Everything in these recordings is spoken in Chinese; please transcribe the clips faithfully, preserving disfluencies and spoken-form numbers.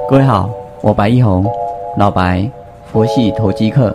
各位好，我白一红，老白，佛系投机客。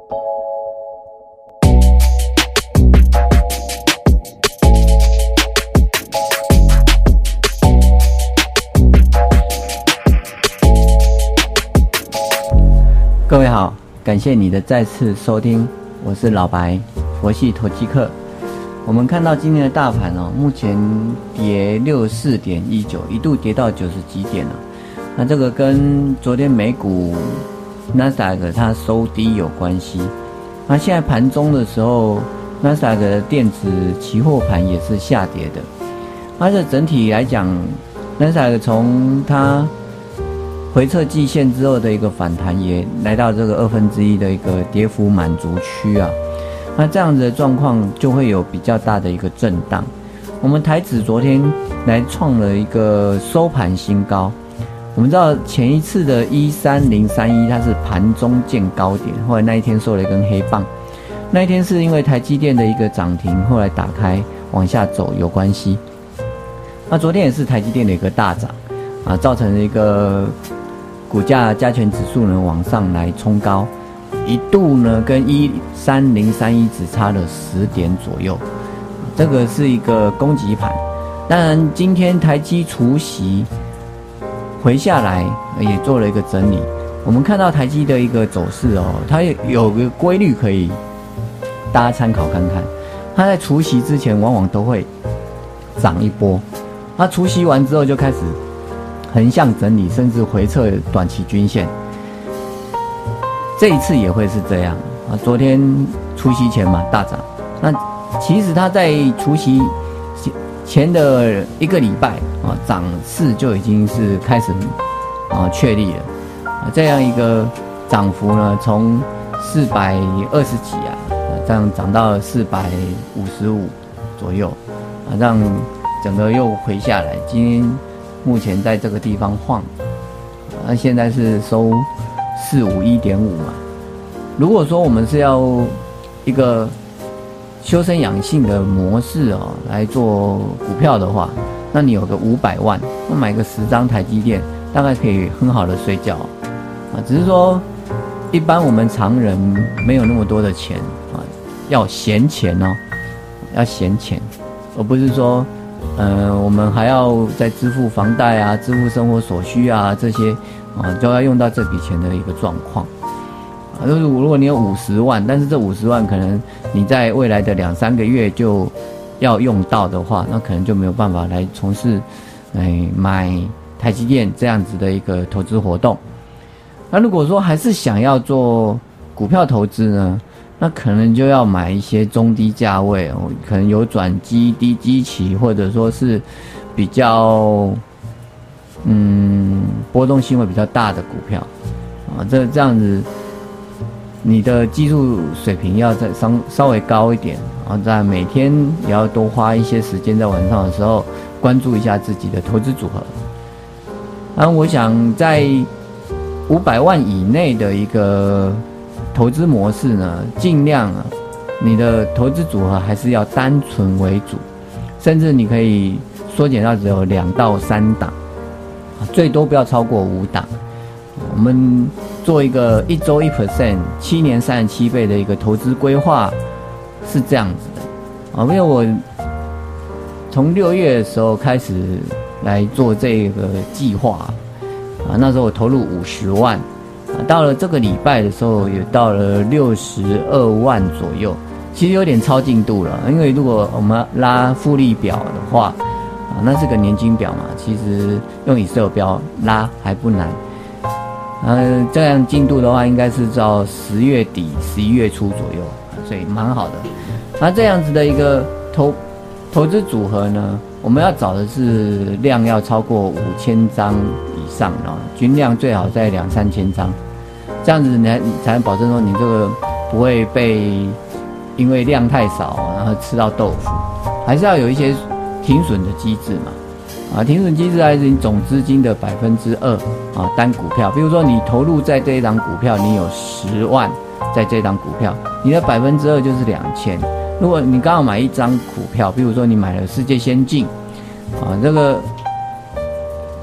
各位好，感谢你的再次收听，我是老白，佛系投机客。我们看到今天的大盘哦，目前跌六十四点一九，一度跌到九十几点了。那这个跟昨天美股纳斯达克它收低有关系。那现在盘中的时候，纳斯达克的电子期货盘也是下跌的。而且整体来讲，纳斯达克从它回测季线之后的一个反弹，也来到这个二分之一的一个跌幅满足区啊。那这样子的状况就会有比较大的一个震荡。我们台指昨天来创了一个收盘新高。我们知道前一次的一三零三一它是盘中见高点，后来那一天收了一根黑棒。那一天是因为台积电的一个涨停，后来打开往下走有关系。那昨天也是台积电的一个大涨啊，造成了一个股价加权指数呢往上来冲高，一度呢跟一三零三一只差了十点左右，这个是一个攻击盘。当然今天台积除息回下来也做了一个整理。我们看到台积的一个走势哦，它有个规律可以大家参考看看。它在除息之前往往都会涨一波，它除息完之后就开始横向整理，甚至回测短期均线。这一次也会是这样啊。昨天除息前嘛大涨，那其实它在除息前的一个礼拜啊，涨势就已经是开始啊确立了啊，这样一个涨幅呢，从四百二十几啊，这样涨到了四百五十五左右啊，让整个又回下来。今天目前在这个地方晃，那、啊、现在是收四五一点五嘛。如果说我们是要一个修身养性的模式哦，来做股票的话，那你有个五百万，那买个十张台积电，大概可以很好的睡觉啊。只是说，一般我们常人没有那么多的钱啊，要闲钱哦，要闲钱，而不是说，呃，我们还要再支付房贷啊、支付生活所需啊这些啊，就要用到这笔钱的一个状况。就是如果你有五十万，但是这五十万可能你在未来的两三个月就要用到的话，那可能就没有办法来从事，哎，买台积电这样子的一个投资活动。那如果说还是想要做股票投资呢，那可能就要买一些中低价位，可能有转机、低基期，或者说是比较嗯波动性会比较大的股票啊，这这样子。你的技术水平要再稍稍微高一点，然后在每天也要多花一些时间在晚上的时候关注一下自己的投资组合。那我想在五百万以内的一个投资模式呢，尽量啊，你的投资组合还是要单纯为主，甚至你可以缩减到只有两到三档，最多不要超过五档。我们做一个一周一 percent， 七年三十七倍的一个投资规划是这样子的啊。因为我从六月的时候开始来做这个计划啊，那时候我投入五十万啊，到了这个礼拜的时候也到了六十二万左右，其实有点超进度了。因为如果我们拉复利表的话啊，那是个年金表嘛，其实用 Excel 表拉还不难。呃，这样进度的话，应该是到十月底、十一月初左右，所以蛮好的。那这样子的一个投投资组合呢，我们要找的是量要超过五千张以上的，均量最好在两三千张，这样子你才你才能保证说你这个不会被因为量太少然后吃到豆腐，还是要有一些停损的机制嘛。啊，停损机制还是你总资金的百分之二啊，单股票。比如说你投入在这一档股票，你有十万在这一档股票，你的百分之二就是两千。如果你刚好买一张股票，比如说你买了世界先进，啊，这个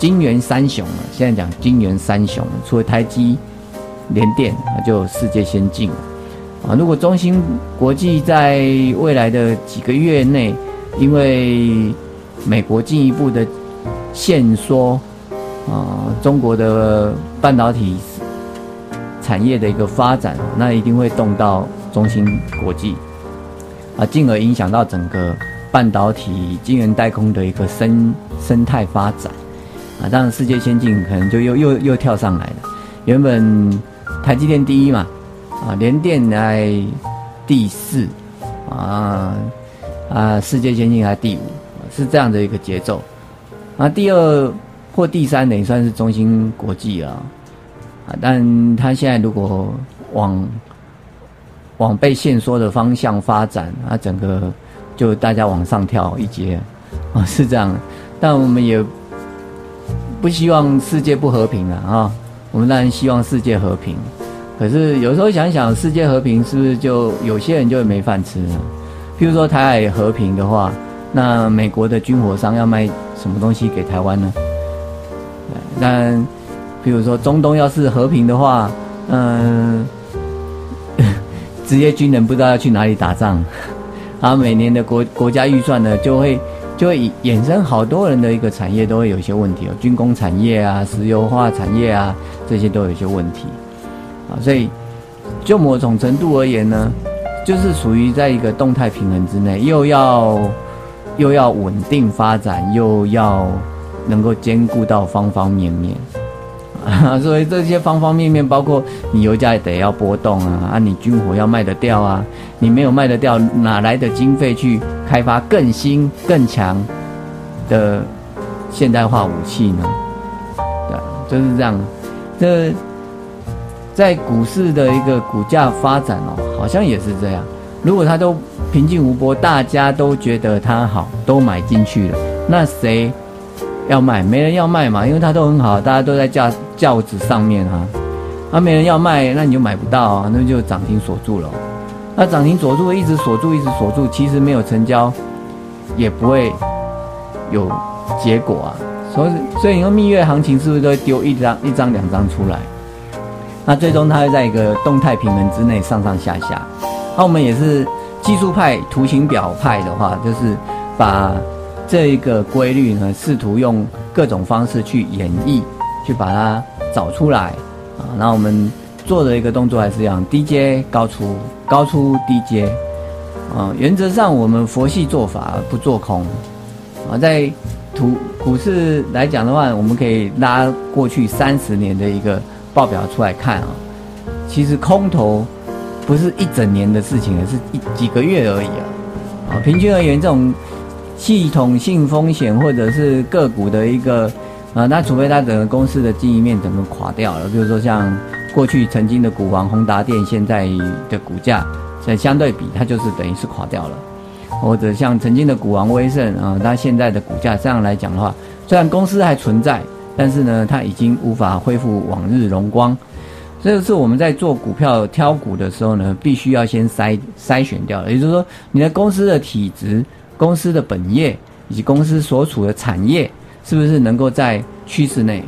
晶圆三雄了，现在讲晶圆三雄，除了台积、联电，就世界先进了啊。如果中芯国际在未来的几个月内，因为美国进一步的限缩啊，中国的半导体产业的一个发展，那一定会动到中芯国际啊，进而影响到整个半导体晶圆代工的一个生生态发展啊。当然，世界先进可能就又又又跳上来了。原本台积电第一嘛，啊，联电在第四，啊啊，世界先进还第五，是这样的一个节奏。啊，第二或第三呢，也算是中芯国际了。啊，但它现在如果往往被限缩的方向发展，啊，整个就大家往上跳一阶，啊，是这样。但我们也不希望世界不和平了啊，我们当然希望世界和平。可是有时候想想，世界和平是不是就有些人就会没饭吃呢？譬如说台海和平的话，那美国的军火商要卖什么东西给台湾呢？那比如说中东要是和平的话，嗯、呃，职业军人不知道要去哪里打仗，啊，每年的国国家预算呢，就会就会衍生好多人的一个产业都会有一些问题哦，军工产业啊、石油化产业啊，这些都有一些问题，啊，所以就某种程度而言呢，就是属于在一个动态平衡之内，又要又要稳定发展，又要能够兼顾到方方面面。啊，所以这些方方面面，包括你油价得要波动啊，啊，你军火要卖得掉啊，你没有卖得掉，哪来的经费去开发更新更强的现代化武器呢？对，就是这样。这在股市的一个股价发展哦，好像也是这样。如果它都平静无波，大家都觉得它好，都买进去了，那谁要卖？没人要卖嘛，因为它都很好，大家都在架轿子上面啊，啊，没人要卖，那你就买不到啊，那就涨停锁住了。那涨停锁住，一直锁住，一直锁住，其实没有成交，也不会有结果啊。所以，所以你说蜜月行情是不是都会丢一张、一张、两张出来？那最终它会在一个动态平衡之内上上下下。那我们也是技术派、图形表派的话，就是把这一个规律呢，试图用各种方式去演绎，去把它找出来啊。然后我们做的一个动作还是一样，低阶高出，高出低阶啊。原则上我们佛系做法不做空啊。在图股市来讲的话，我们可以拉过去三十年的一个报表出来看啊。其实空头不是一整年的事情，而是一几个月而已啊。啊，平均而言，这种系统性风险或者是个股的一个啊，那除非它整个公司的经营面整个垮掉了，比如说像过去曾经的股王宏达电，现在的股价在相对比它就是等于是垮掉了，或者像曾经的股王威盛啊，它现在的股价这样来讲的话，虽然公司还存在，但是呢，它已经无法恢复往日荣光。这个是我们在做股票挑股的时候呢，必须要先筛筛选掉的，也就是说，你的公司的体质、公司的本业以及公司所处的产业，是不是能够在趋势内？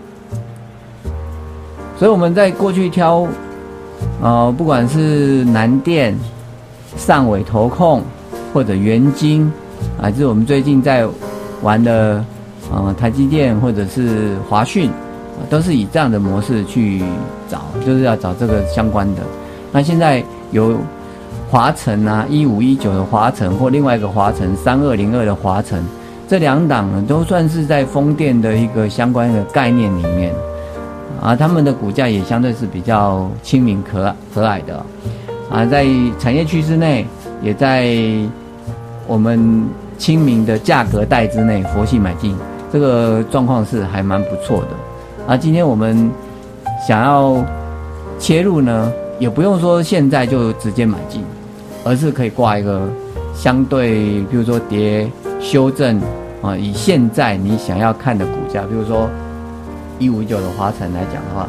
所以我们在过去挑，呃，不管是南电、上尾投控或者元晶，还是我们最近在玩的，呃，台积电或者是华讯。都是以这样的模式去找，就是要找这个相关的。那现在有华城啊，一五一九的华城或另外一个华城三二零二的华城，这两档呢都算是在风电的一个相关的概念里面啊，他们的股价也相对是比较亲民可可爱的啊，在产业趋势内，也在我们亲民的价格带之内，佛系买进，这个状况是还蛮不错的。啊，今天我们想要切入呢，也不用说现在就直接买进，而是可以挂一个相对，比如说跌修正啊，以现在你想要看的股价，比如说一五一九的华城来讲的话，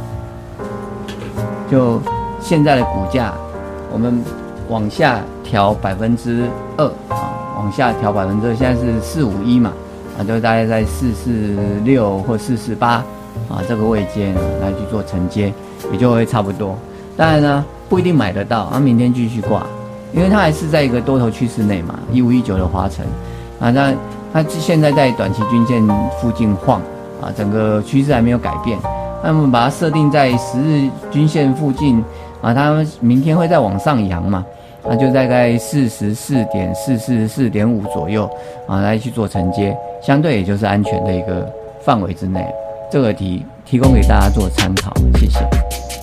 就现在的股价，我们往下调百分之二啊，往下调百分之二，现在是四五一嘛， 啊，就大概在四四六或四四八啊这个位阶呢来去做承接，也就会差不多。当然呢，不一定买得到，啊，明天继续挂，因为它还是在一个多头趋势内嘛，一五一九的华城啊，那它现在在短期均线附近晃啊，整个趋势还没有改变。那我们把它设定在十日均线附近啊，它明天会再往上扬嘛，那就大概四十四点四四四点五左右啊，来去做承接，相对也就是安全的一个范围之内。这个题提供给大家做参考，谢谢。